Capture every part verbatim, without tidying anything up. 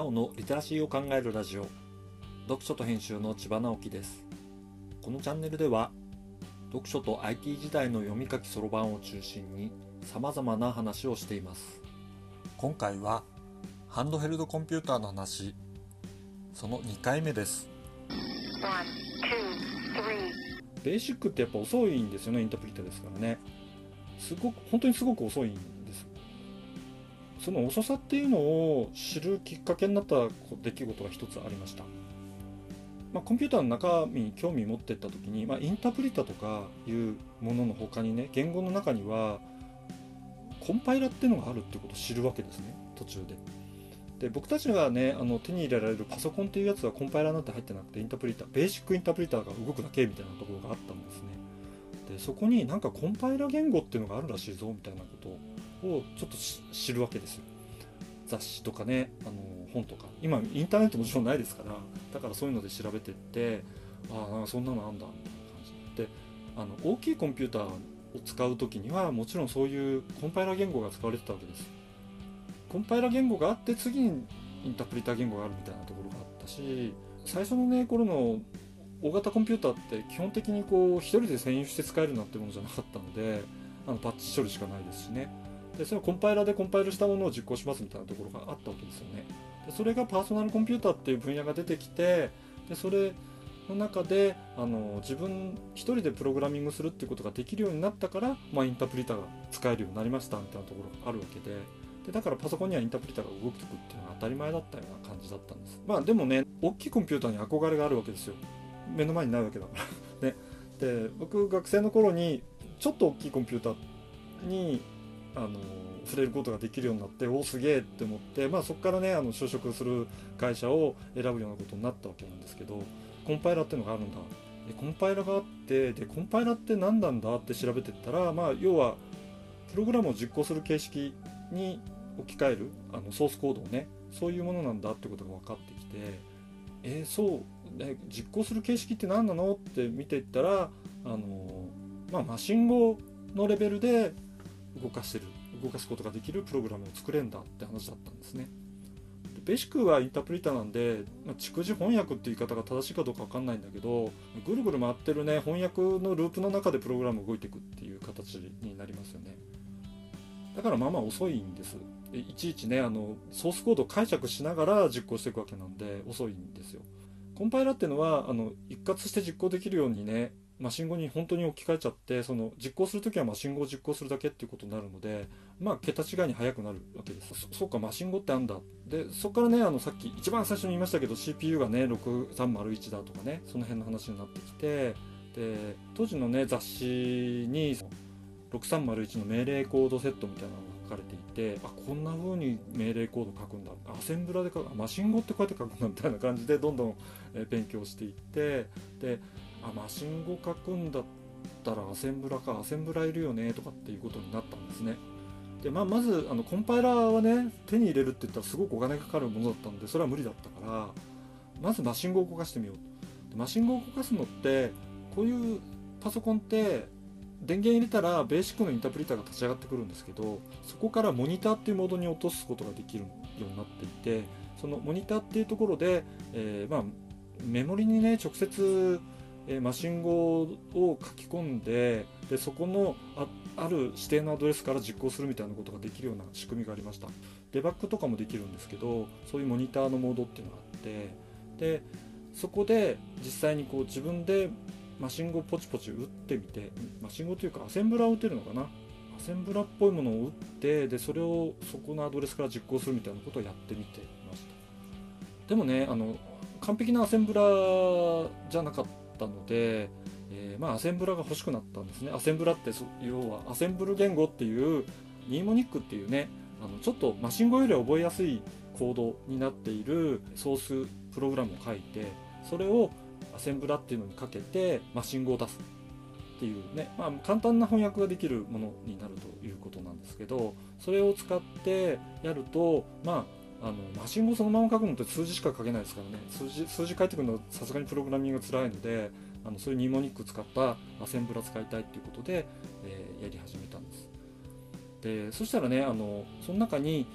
なおのリテラシーを考えるラジオ、読書と編集の千葉直樹です。このチャンネルでは読書と アイティー 時代の読み書きそろばんを中心にさまざまな話をしています。今回はハンドヘルドコンピューターの話、そのにかいめです。ベーシックってやっぱ遅いんですよね。インタープリターですからね。すごく本当にすごく遅いんです。その遅さっていうのを知るきっかけになった出来事が一つありました。まあ、コンピューターの中身に興味持っていった時に、まあ、インタープリターとかいうものの他にね、言語の中にはコンパイラっていうのがあるっていうことを知るわけですね、途中で。で僕たちがね、あの手に入れられるパソコンっていうやつはコンパイラーなんて入ってなくて、インタープリター、ベーシックインタープリターが動くだけみたいなところがあったんですね。でそこになんかコンパイラ言語っていうのがあるらしいぞみたいなことをちょっと知るわけですよ。雑誌とかね、あの本とか、今インターネットもちろんないですから、だからそういうので調べていって、ああそんなのあんだみたいな感じで、あの大きいコンピューターを使う時にはもちろんそういうコンパイラ言語が使われてたわけです。コンパイラ言語があって次にインタープリター言語があるみたいなところがあったし、最初のね頃の大型コンピューターって基本的にこう一人で占有して使えるなんてものじゃなかったので、あのパッチ処理しかないですしね。でそれをコンパイラーでコンパイルしたものを実行しますみたいなところがあったわけですよね。でそれがパーソナルコンピューターっていう分野が出てきて、でそれの中であの自分一人でプログラミングするっていうことができるようになったから、まあ、インタープリターが使えるようになりましたみたいなところがあるわけで、でだからパソコンにはインタープリターが動くっていうのが当たり前だったような感じだったんです。まあでもね、大きいコンピューターに憧れがあるわけですよ。目の前にないわけだからね。で僕学生の頃にちょっと大きいコンピューターにあの触れることができるようになって、おすげえって思って、まあ、そこからねあの就職する会社を選ぶようなことになったわけなんですけど、コンパイラっていうのがあるんだ、でコンパイラがあって、でコンパイラって何なんだって調べていったら、まあ、要はプログラムを実行する形式に置き換えるあのソースコードをね、そういうものなんだってことが分かってきて、えー、そう、ね、実行する形式って何なのって見ていったら、あの、まあ、マシン語のレベルで動かしてる動かすことができるプログラムを作れんだって話だったんですね。ベーシックはインタープリターなんで、まあ、逐次翻訳っていう言い方が正しいかどうか分かんないんだけど、ぐるぐる回ってるね翻訳のループの中でプログラム動いていくっていう形になりますよね。だからまあまあ遅いんです。いちいちねあのソースコードを解釈しながら実行していくわけなんで遅いんですよ。コンパイラっていうのはあの一括して実行できるようにね、マシン語に本当に置き換えちゃって、その実行するときはマシン語を実行するだけっていうことになるので、まあ桁違いに速くなるわけです。そそうかマシン語ってあんだ。でそこからね、あのさっき一番最初に言いましたけど シーピーユー がねろくさんまるいちだとかね、その辺の話になってきて、で当時のね雑誌にろくさんまるいちの命令コードセットみたいなのが書かれていて、あこんな風に命令コード書くんだ、アセンブラで書く、マシン語ってこうやって書くんだみたいな感じでどんどん勉強していって、であマシン語書くんだったらアセンブラか、アセンブラいるよねとかっていうことになったんですね。で、まあ、まずあのコンパイラーはね手に入れるって言ったらすごくお金かかるものだったんで、それは無理だったから、まずマシン語を動かしてみよう。でマシン語を動かすのってこういうパソコンって電源入れたらベーシックのインタープリターが立ち上がってくるんですけど、そこからモニターっていうモードに落とすことができるようになっていて、そのモニターっていうところで、えーまあ、メモリにね直接、えー、マシン語を書き込んで、でそこの あ, ある指定のアドレスから実行するみたいなことができるような仕組みがありました。デバッグとかもできるんですけど、そういうモニターのモードっていうのがあって、でそこで実際にこう自分でマシン語をポチポチ打ってみて、マシン語というかアセンブラを打てるのかな、アセンブラっぽいものを打って、でそれをそこのアドレスから実行するみたいなことをやってみていました。でもねあの完璧なアセンブラじゃなかったので、えー、まあアセンブラが欲しくなったんですね。アセンブラって要はアセンブル言語っていうニーモニックっていうね、あのちょっとマシン語よりは覚えやすいコードになっているソースプログラムを書いて、それをアセンブラっていうのにかけてマシン語を出すっていうね、まあ、簡単な翻訳ができるものになるということなんですけど、それを使ってやると、まあ、あのマシン語そのまま書くのって数字しか書けないですからね、数字、数字書いてくるのさすがにプログラミングが辛いので、あのそういうニモニック使ったアセンブラ使いたいっていうことで、えー、やり始めたんです。でそしたらね、あのその中に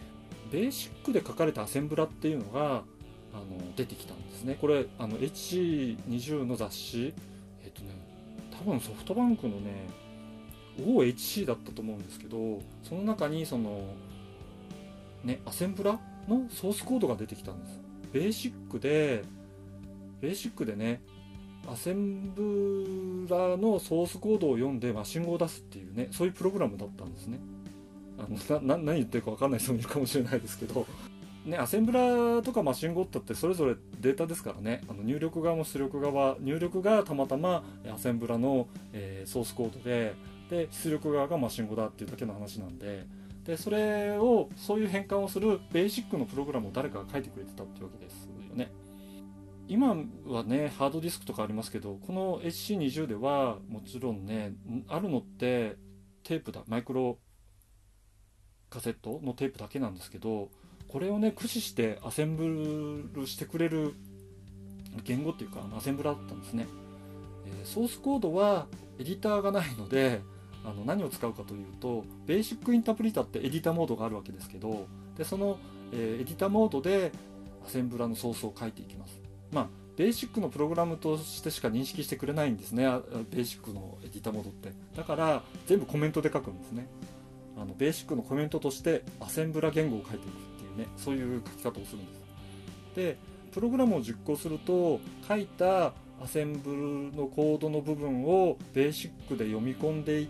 ベーシックで書かれたアセンブラっていうのがあの出てきたんですね。これあの エイチシーにじゅう の雑誌、えっとね多分ソフトバンクのね オーエイチシー だったと思うんですけど、その中にそのねアセンブラのソースコードが出てきたんです。ベーシックでベーシックでねアセンブラのソースコードを読んでマシン語を出すっていうね、そういうプログラムだったんですね。あのなな何言ってるか分かんない人もいるかもしれないですけど、ね、アセンブラとかマシン語ったってそれぞれデータですからね、あの入力側も出力側、入力がたまたまアセンブラの、えーソースコードで、で出力側がマシン語だっていうだけの話なんで、でそれをそういう変換をするベーシックのプログラムを誰かが書いてくれてたっていうわけですよね。今はねハードディスクとかありますけど、この エイチシーにじゅう ではもちろんねあるのってテープだ、マイクロカセットのテープだけなんですけど、これをね駆使してアセンブルしてくれる言語っていうかアセンブラだったんですね。えーソースコードはエディターがないので、あの何を使うかというとベーシックインタープリターってエディターモードがあるわけですけど、でその、えーエディターモードでアセンブラのソースを書いていきます。まあベーシックのプログラムとしてしか認識してくれないんですね、あベーシックのエディターモードって。だから全部コメントで書くんですね。あのベーシックのコメントとしてアセンブラ言語を書いていくっていうね、そういう書き方をするんです。でプログラムを実行すると書いたアセンブルのコードの部分をベーシックで読み込んでいって、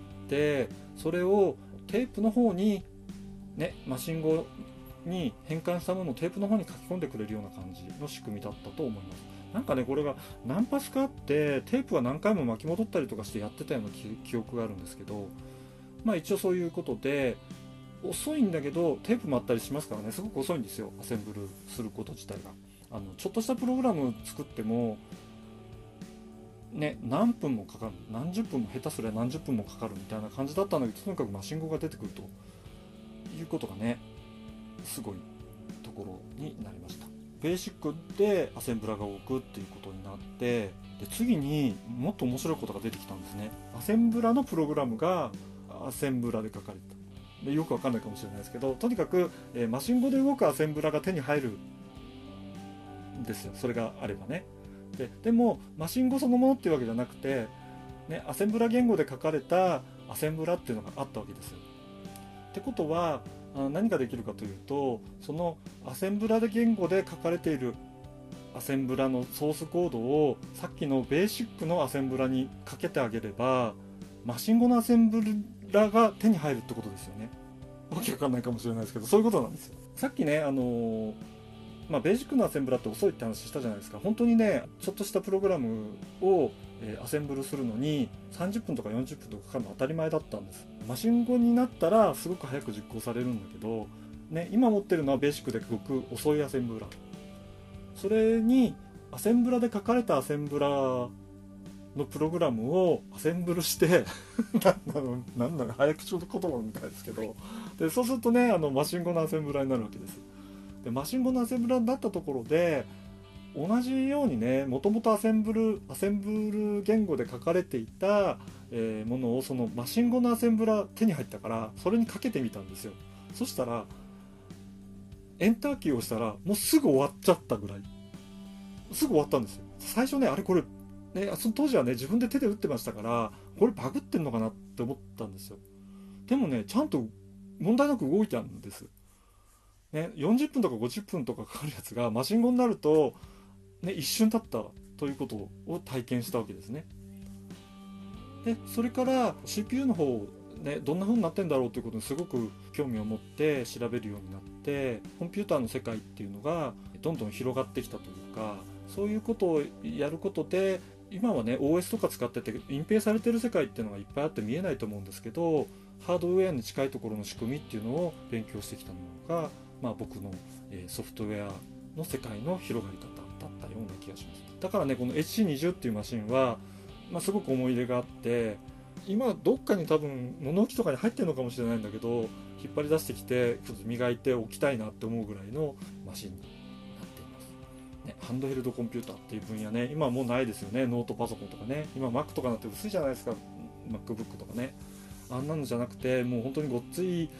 それをテープの方にねマシン語に変換したものをテープの方に書き込んでくれるような感じの仕組みだったと思います。なんかねこれが何パスかあってテープは何回も巻き戻ったりとかしてやってたような記憶があるんですけど、まあ一応そういうことで遅いんだけどテープもあったりしますからね、すごく遅いんですよアセンブルすること自体が。あのちょっとしたプログラム作ってもね何分もかかる、何十分も下手すりゃ何十分もかかるみたいな感じだったんだけど、とにかくマシン語が出てくるということがねすごいところになりました。ベーシックでアセンブラが置くっていうことになって、で次にもっと面白いことが出てきたんですね。アセンブラのプログラムがアセンブラで書かれたで、よくわかんないかもしれないですけど、とにかく、えーマシン語で動くアセンブラが手に入るんですよ、それがあればね。ででもマシン語そのものっていうわけじゃなくて、ね、アセンブラ言語で書かれたアセンブラっていうのがあったわけですよ。ってことはあ何ができるかというと、そのアセンブラで言語で書かれているアセンブラのソースコードをさっきのベーシックのアセンブラにかけてあげればマシン語のアセンブラが手に入るってことですよね。わけわかんないかもしれないですけど、そういうことなんですよ。さっきねあのーまあ、ベーシックのアセンブラって遅いって話したじゃないですか。本当にねちょっとしたプログラムを、えーアセンブルするのにさんじゅっぷんとかよんじゅっぷんとかかかるの当たり前だったんです。マシン語になったらすごく早く実行されるんだけど、ね、今持ってるのはベーシックでごく遅いアセンブラ、それにアセンブラで書かれたアセンブラのプログラムをアセンブルしてなんだろうなんだろう早口の言葉みたいですけど、でそうするとねあのマシン語のアセンブラになるわけです。でマシン語のアセンブラになったところで同じようにねもともとアセンブルアセンブル言語で書かれていた、えーものをそのマシン語のアセンブラ手に入ったからそれにかけてみたんですよ。そしたらエンターキーを押したらもうすぐ終わっちゃったぐらいすぐ終わったんですよ。最初ねあれこれねその当時はね自分で手で打ってましたからこれバグってんのかなって思ったんですよ。でもねちゃんと問題なく動いたんです。ね、よんじゅっぷんとかごじゅっぷんとかかかるやつがマシン語になると、ね、一瞬経ったということを体験したわけですね。でそれから シーピーユー の方、ね、どんな風になってんだろうということにすごく興味を持って調べるようになって、コンピューターの世界っていうのがどんどん広がってきたというか、そういうことをやることで今はね オーエス とか使ってて隠蔽されてる世界っていうのがいっぱいあって見えないと思うんですけど、ハードウェアに近いところの仕組みっていうのを勉強してきたのが、まあ、僕の、えーソフトウェアの世界の広がり方だったような気がします。だからねこの エイチシーにじゅう っていうマシンは、まあ、すごく思い入れがあって、今どっかに多分物置とかに入ってるのかもしれないんだけど、引っ張り出してきてちょっと磨いておきたいなって思うぐらいのマシンになっています、ね、ハンドヘルドコンピューターっていう分野ね今はもうないですよね。ノートパソコンとかね、今 Mac とかなんて薄いじゃないですか、 MacBook とかね、あんなのじゃなくてもう本当にごっつい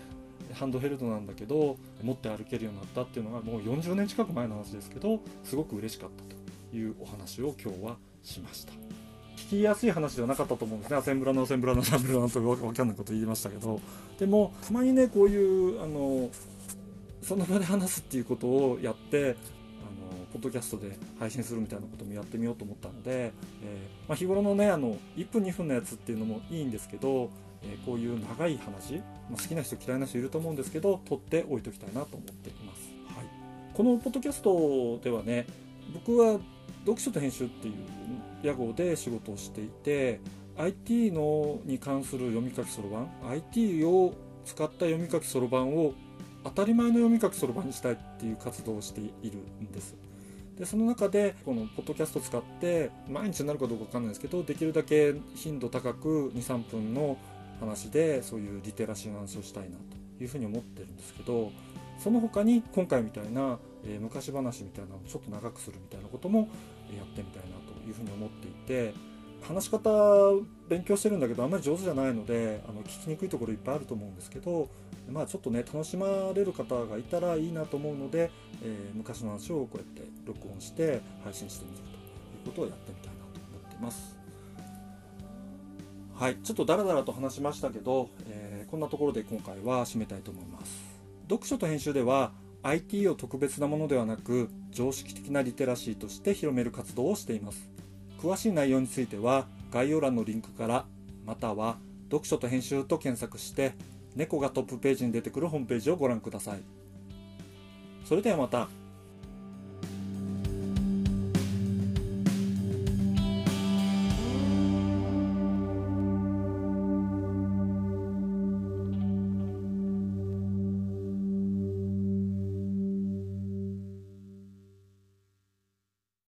ハンドヘルドなんだけど持って歩けるようになったっていうのがもうよんじゅうねん近く前の話ですけど、すごく嬉しかったというお話を今日はしました。聞きやすい話ではなかったと思うんですね。アセンブラのアセンブラのアセンブラのと分かんないこと言いましたけど、でもたまにねこういうあのその場で話すっていうことをやってあのポッドキャストで配信するみたいなこともやってみようと思ったので、えーまあ、日頃のねあのいっぷんにふんのやつっていうのもいいんですけど、えー、こういう長い話、まあ、好きな人嫌いな人いると思うんですけど撮っておいておきたいなと思っています、はい、このポッドキャストではね、僕は読書と編集っていう屋号で仕事をしていて、 アイティー のに関する読み書きそろばん アイティー を使った読み書きそろばんを当たり前の読み書きそろばんにしたいっていう活動をしているんです。でその中でこのポッドキャストを使って毎日になるかどうか分かんないですけど、できるだけ頻度高く にさんぷんの話でそういうリテラシーの話をしたいなというふうに思ってるんですけど、その他に今回みたいな、えー、昔話みたいなのをちょっと長くするみたいなこともやってみたいなというふうに思っていて、話し方勉強してるんだけどあんまり上手じゃないのであの聞きにくいところいっぱいあると思うんですけど、まあちょっとね楽しまれる方がいたらいいなと思うので、えー、昔の話をこうやって録音して配信してみるということをやってみたいなと思っています。はい、ちょっとダラダラと話しましたけど、えー、こんなところで今回は締めたいと思います。読書と編集では アイティー を特別なものではなく常識的なリテラシーとして広める活動をしています。詳しい内容については概要欄のリンクからまたは読書と編集と検索して猫がトップページに出てくるホームページをご覧ください。それではまた。